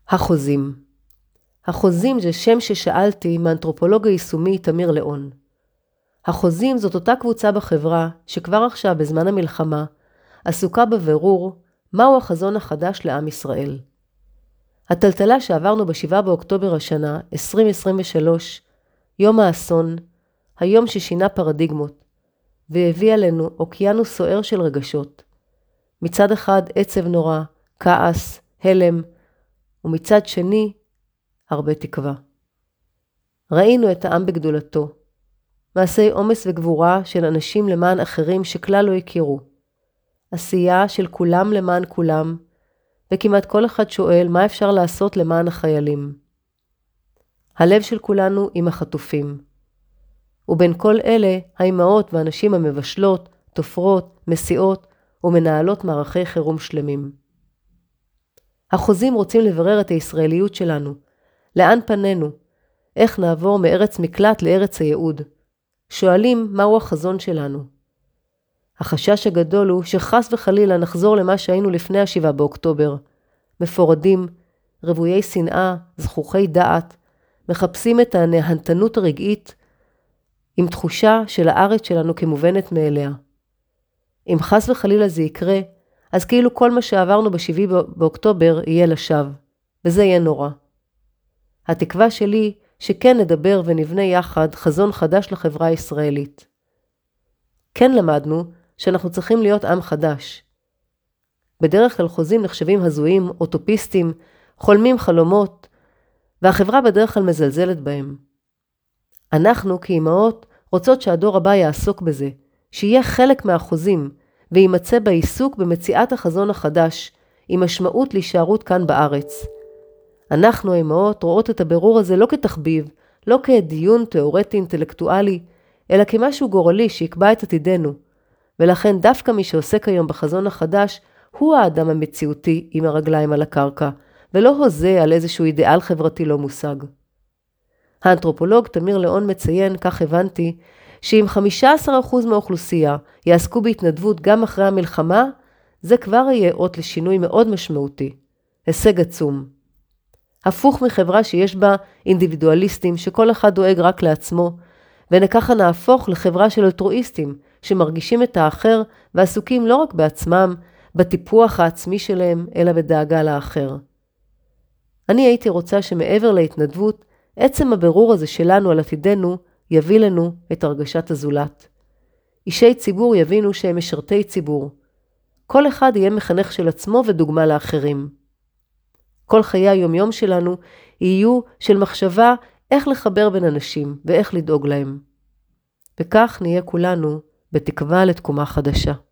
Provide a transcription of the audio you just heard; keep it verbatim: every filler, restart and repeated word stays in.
החוזים. החוזים זה שם ששאלתי מאנתרופולוג היישומי תמיר ליאון. החוזים זאת אותה קבוצה בחברה שכבר עכשיו בזמן המלחמה עסוקה בבירור מהו החזון החדש לעם ישראל. הטלטלה שעברנו בשבעה באוקטובר השנה, עשרים עשרים ושלוש, יום האסון, היום ששינה פרדיגמות, והביא עלינו אוקיינוס סוער של רגשות. מצד אחד עצב נורא, כעס, הלם, ומצד שני הרבה תקווה. ראינו את העם בגדולתו, מעשי אומץ וגבורה של אנשים למען אחרים שכלל לא הכירו, עשייה של כולם למען כולם, וכמעט כל אחד שואל מה אפשר לעשות למען החיילים. הלב של כולנו עם החטופים. ובין כל אלה, האימהות והנשים המבשלות, תופרות, מסיעות ומנהלות מערכי חירום שלמים. החוזים רוצים לברר את הישראליות שלנו, לאן פנינו, איך נעבור מארץ מקלט לארץ הייעוד. שואלים מהו החזון שלנו. החשש הגדול הוא שחס וחלילה נחזור למה שהיינו לפני השבעה באוקטובר, מפורדים, רבויי שנאה, זכוכי דעת, מחפשים את הנהנתנות הרגעית, עם תחושה של הארץ שלנו כמובנת מאליה. אם חס וחלילה זה יקרה, אז כאילו כל מה שעברנו בשבעה באוקטובר יהיה לשווא, וזה יהיה נורא. התקווה שלי שכן נדבר ונבנה יחד חזון חדש לחברה הישראלית. כן למדנו שאנחנו צריכים להיות עם חדש. בדרך כלל חוזים נחשבים הזויים, אוטופיסטים, חולמים חלומות, והחברה בדרך כלל מזלזלת בהם. אנחנו כאימהות רוצות שהדור הבא יעסוק בזה, שיהיה חלק מהחוזים, וימצא בעיסוק במציאת החזון החדש, עם משמעות להישארות כאן בארץ. אנחנו האימהות רואות את הבירור הזה לא כתחביב, לא כדיון תיאורטי אינטלקטואלי, אלא כמשהו גורלי שיקבע את עתידנו, ולכן דווקא מי שעוסק היום בחזון החדש, הוא האדם המציאותי עם הרגליים על הקרקע, ולא הוזה על איזשהו אידיאל חברתי לא מושג. האנתרופולוג תמיר ליאון מציין, כך הבנתי, שאם חמישה עשר אחוז מהאוכלוסייה יעסקו בהתנדבות גם אחרי המלחמה, זה כבר יהיה אות לשינוי מאוד משמעותי, הישג עצום. הפוך מחברה שיש בה אינדיבידואליסטים שכל אחד דואג רק לעצמו, וככה נהפוך לחברה של אלטרואיסטים שמרגישים את האחר ועסוקים לא רק בעצמם, בטיפוח העצמי שלהם, אלא בדאגה לאחר. אני הייתי רוצה שמעבר להתנדבות, עצם הבירור הזה שלנו על עתידנו יביא לנו את הרגשת הזולת. אישי ציבור יבינו שהם משרתי ציבור. כל אחד יהיה מחנך של עצמו ודוגמה לאחרים. כל חיי היומיום שלנו יהיו של מחשבה איך לחבר בין אנשים ואיך לדאוג להם. וכך נהיה כולנו בתקווה לתקומה חדשה.